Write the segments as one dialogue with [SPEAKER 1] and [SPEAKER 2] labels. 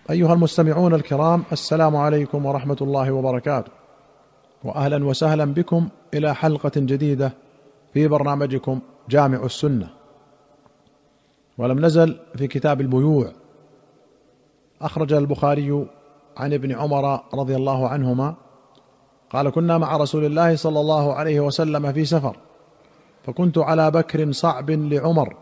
[SPEAKER 1] أيها المستمعون الكرام، السلام عليكم ورحمة الله وبركاته، وأهلا وسهلا بكم إلى حلقة جديدة في برنامجكم جامع السنة. ولم نزل في كتاب البيوع. أخرج البخاري عن ابن عمر رضي الله عنهما قال: كنا مع رسول الله صلى الله عليه وسلم في سفر، فكنت على بكر صعب لعمر،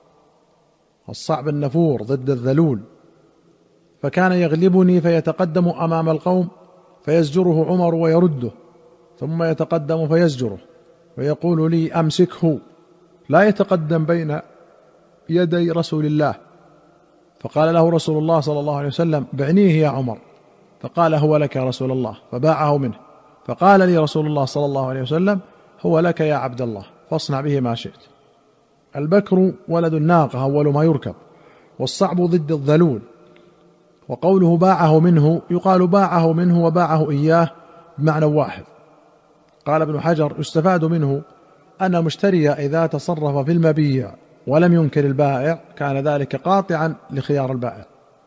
[SPEAKER 1] الصعب النفور ضد الذلول، فكان يغلبني فيتقدم أمام القوم فيزجره عمر ويرده، ثم يتقدم فيزجره ويقول لي: أمسكه، لا يتقدم بين يدي رسول الله. فقال له رسول الله صلى الله عليه وسلم: بعنيه يا عمر. فقال: هو لك يا رسول الله، فباعه منه. فقال لي رسول الله صلى الله عليه وسلم: هو لك يا عبد الله، فاصنع به ما شئت. البكر ولد الناقة أول ما يركب، والصعب ضد الذلول. وقوله باعه منه يقال باعه منه وباعه إياه بمعنى واحد. قال ابن حجر: يستفاد منه أن المشتري إذا تصرف في المبيع ولم ينكر البائع كان ذلك قاطعا لخيار البائع.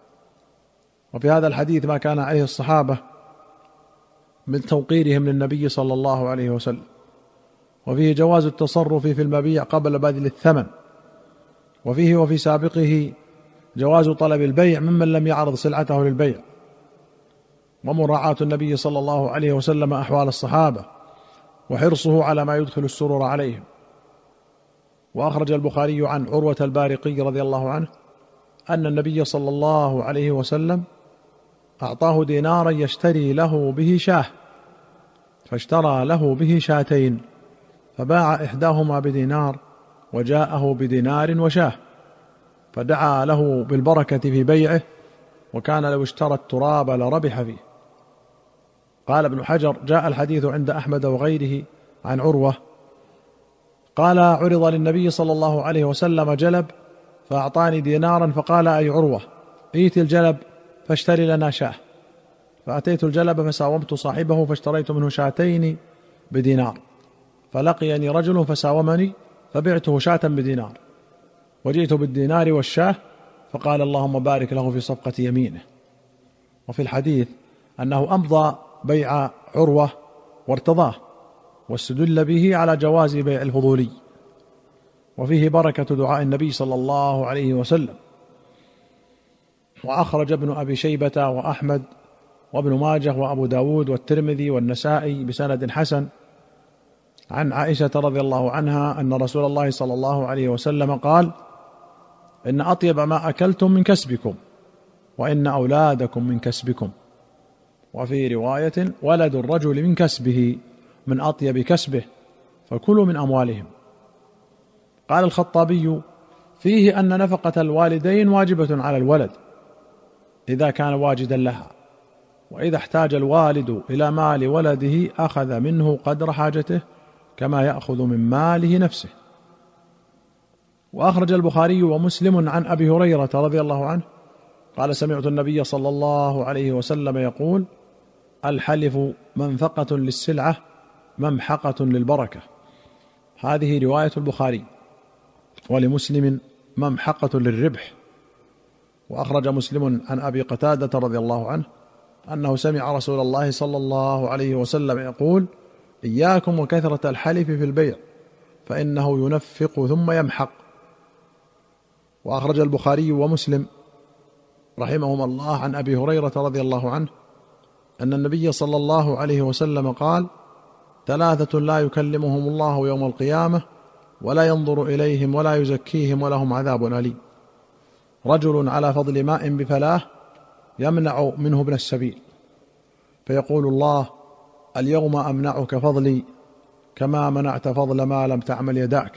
[SPEAKER 1] وفي هذا الحديث ما كان عليه الصحابة من توقيرهم للنبي صلى الله عليه وسلم، وفيه جواز التصرف في المبيع قبل بذل الثمن، وفيه وفي سابقه جواز طلب البيع ممن لم يعرض سلعته للبيع، ومراعاة النبي صلى الله عليه وسلم أحوال الصحابة وحرصه على ما يدخل السرور عليهم. وأخرج البخاري عن عروة البارقي رضي الله عنه أن النبي صلى الله عليه وسلم أعطاه دينارا يشتري له به شاه، فاشترى له به شاتين، فباع إحداهما بدينار وجاءه بدينار وشاه، فدعا له بالبركة في بيعه، وكان لو اشترى التراب لربح فيه. قال ابن حجر: جاء الحديث عند أحمد وغيره عن عروة قال: عرض للنبي صلى الله عليه وسلم جلب فأعطاني دينارا، فقال: أي عروة، ائت الجلب فاشتري لنا شاه. فأتيت الجلب فساومت صاحبه فاشتريت منه شاتين بدينار، فلقيني رجل فساومني فبعته شاة بدينار، وجئت بالدينار والشاه، فقال: اللهم بارك له في صفقة يمينه. وفي الحديث أنه أمضى بيع عروة وارتضاه، واستدل به على جواز بيع الفضولي، وفيه بركة دعاء النبي صلى الله عليه وسلم. وأخرج ابن أبي شيبة وأحمد وابن ماجه وأبو داود والترمذي والنسائي بسند حسن عن عائشة رضي الله عنها أن رسول الله صلى الله عليه وسلم قال: إن أطيب ما أكلتم من كسبكم، وإن أولادكم من كسبكم. وفي رواية: ولد الرجل من كسبه، من أطيب كسبه، فكلوا من أموالهم. قال الخطابي: فيه أن نفقة الوالدين واجبة على الولد إذا كان واجدا لها، وإذا احتاج الوالد إلى مال ولده أخذ منه قدر حاجته كما يأخذ من ماله نفسه. وأخرج البخاري ومسلم عن أبي هريرة رضي الله عنه قال: سمعت النبي صلى الله عليه وسلم يقول: الحلف منفقة للسلعة ممحقة للبركة. هذه رواية البخاري، ولمسلم ممحقة للربح. وأخرج مسلم عن أبي قتادة رضي الله عنه أنه سمع رسول الله صلى الله عليه وسلم يقول: إياكم وكثرة الحلف في البيع، فإنه ينفق ثم يمحق. وأخرج البخاري ومسلم رحمهما الله عن أبي هريرة رضي الله عنه أن النبي صلى الله عليه وسلم قال: ثلاثة لا يكلمهم الله يوم القيامة ولا ينظر إليهم ولا يزكيهم ولهم عذاب أليم: رجل على فضل ماء بفلاه يمنع منه ابن السبيل، فيقول الله: اليوم أمنعك فضلي كما منعت فضل ما لم تعمل يداك.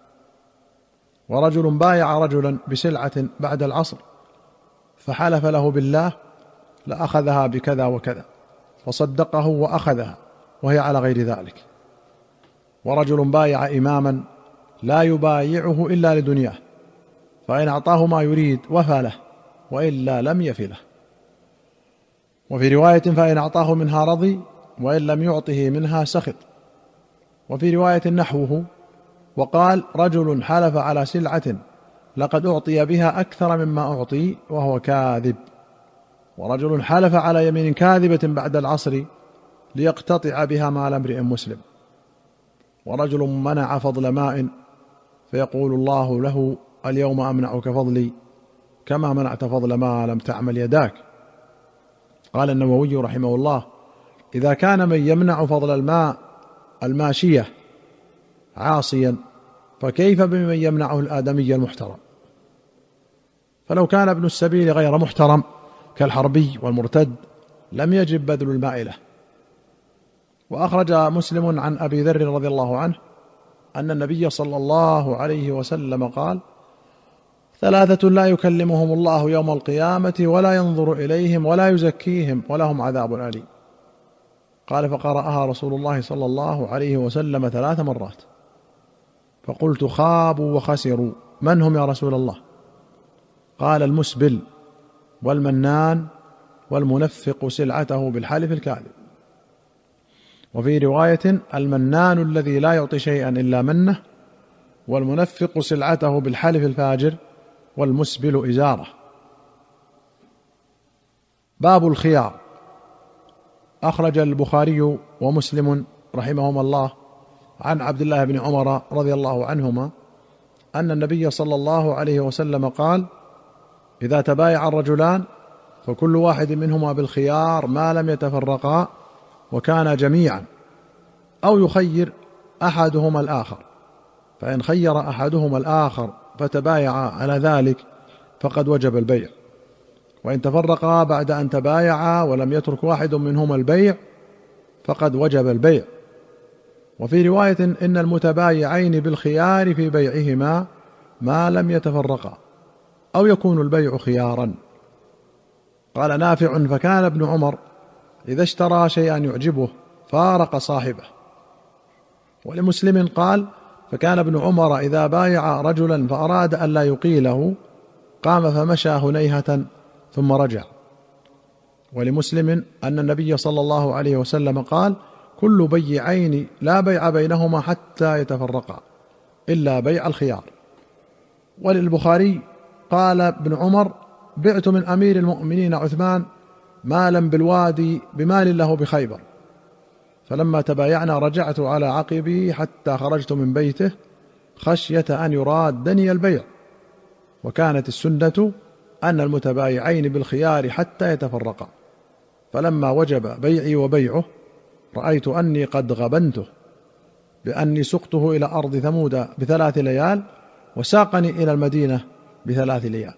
[SPEAKER 1] ورجل بايع رجلا بسلعة بعد العصر فحلف له بالله لأخذها بكذا وكذا، فصدقه وأخذها وهي على غير ذلك. ورجل بايع إماما لا يبايعه إلا لدنياه، فإن أعطاه ما يريد وفى له، وإلا لم يف له. وفي رواية: فإن أعطاه منها رضي، وإن لم يعطه منها سخط. وفي رواية نحوه: وقال: رجل حلف على سلعة لقد أعطي بها أكثر مما أعطي وهو كاذب. ورجل حلف على يمين كاذبة بعد العصر ليقتطع بها مال امرئ مسلم، ورجل منع فضل ماء فيقول الله له اليوم أمنعك فضلي كما منعت فضل ما لم تعمل يداك. قال النووي رحمه الله: إذا كان من يمنع فضل الماء الماشية عاصيا، فكيف بمن يمنعه الآدمي المحترم؟ فلو كان ابن السبيل غير محترم كالحربي والمرتد لم يجب بذل الماء له. وأخرج مسلم عن أبي ذر رضي الله عنه أن النبي صلى الله عليه وسلم قال: 3 لا يكلمهم الله يوم القيامة ولا ينظر إليهم ولا يزكيهم ولهم عذاب أليم. قال: فقرأها رسول الله صلى الله عليه وسلم 3 مرات، فقلت: خابوا وخسروا، من هم يا رسول الله؟ قال: المسبل والمنان والمنفق سلعته بالحلف الكاذب. وفي رواية: المنان الذي لا يعطي شيئا إلا منه، والمنفق سلعته بالحلف الفاجر، والمسبل إزاره. باب الخيار. أخرج البخاري ومسلم رحمهما الله عن عبد الله بن عمر رضي الله عنهما أن النبي صلى الله عليه وسلم قال: إذا تبايع الرجلان فكل واحد منهما بالخيار ما لم يتفرقا وكان جميعا، أو يخير أحدهما الآخر، فإن خير أحدهما الآخر فتبايعا على ذلك فقد وجب البيع، وإن تفرقا بعد أن تبايعا ولم يترك واحد منهما البيع فقد وجب البيع. وفي رواية: إن المتبايعين بالخيار في بيعهما ما لم يتفرقا أو يكون البيع خيارا. قال نافع: فكان ابن عمر إذا اشترى شيئا يعجبه فارق صاحبه. ولمسلم قال: فكان ابن عمر إذا بايع رجلا فأراد أن لا يقيله قام فمشى هنيهة ثم رجع. ولمسلم أن النبي صلى الله عليه وسلم قال: كل بيعين لا بيع بينهما حتى يتفرقا إلا بيع الخيار. وللبخاري قال ابن عمر: بعت من أمير المؤمنين عثمان مالا بالوادي بمال له بخيبر، فلما تبايعنا رجعت على عقبي حتى خرجت من بيته خشية أن يرادني البيع، وكانت السنة أن المتبايعين بالخيار حتى يتفرقا، فلما وجب بيعي وبيعه رأيت أني قد غبنته بأني سقته إلى أرض ثمود ب3 ليال وساقني إلى المدينة ب3 ليال.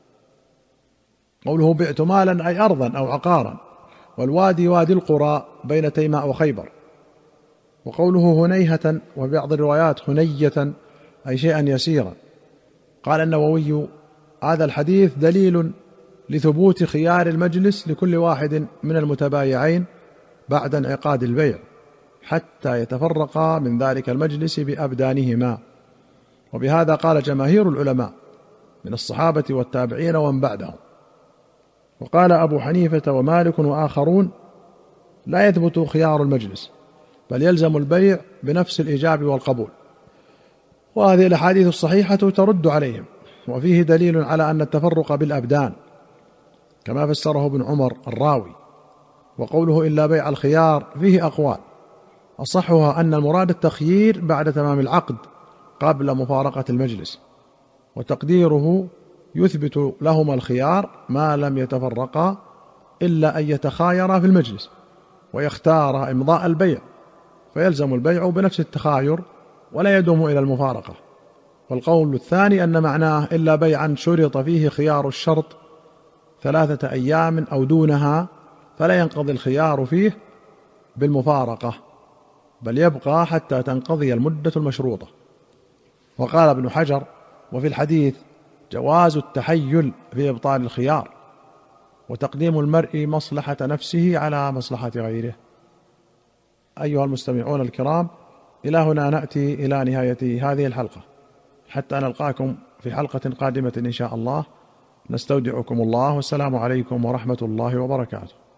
[SPEAKER 1] قوله بعت مالا أي أرضا أو عقارا، والوادي وادي القرى بين تيماء وخيبر. وقوله هنيهة وفي بعض الروايات هنية أي شيئا يسيرا. قال النووي: هذا الحديث دليل لثبوت خيار المجلس لكل واحد من المتبايعين بعد انعقاد البيع حتى يتفرقا من ذلك المجلس بأبدانهما. وبهذا قال جماهير العلماء من الصحابة والتابعين ومن بعدهم. وقال أبو حنيفة ومالك وآخرون: لا يثبت خيار المجلس، بل يلزم البيع بنفس الإيجاب والقبول. وهذه الأحاديث الصحيحة ترد عليهم، وفيه دليل على أن التفرق بالأبدان كما فسره ابن عمر الراوي. وقوله إلا بيع الخيار فيه أقوال، أصحها أن المراد التخيير بعد تمام العقد قبل مفارقة المجلس، وتقديره يثبت لهما الخيار ما لم يتفرقا إلا أن يتخايرا في المجلس ويختار إمضاء البيع، فيلزم البيع بنفس التخاير ولا يدوم إلى المفارقة. والقول الثاني أن معناه إلا بيعا شرط فيه خيار الشرط 3 أيام أو دونها، فلا ينقضي الخيار فيه بالمفارقة، بل يبقى حتى تنقضي المدة المشروطة. وقال ابن حجر: وفي الحديث جواز التحيل في إبطال الخيار، وتقديم المرء مصلحة نفسه على مصلحة غيره. أيها المستمعون الكرام، إلى هنا نأتي إلى نهاية هذه الحلقة، حتى نلقاكم في حلقة قادمة إن شاء الله. نستودعكم الله، والسلام عليكم ورحمة الله وبركاته.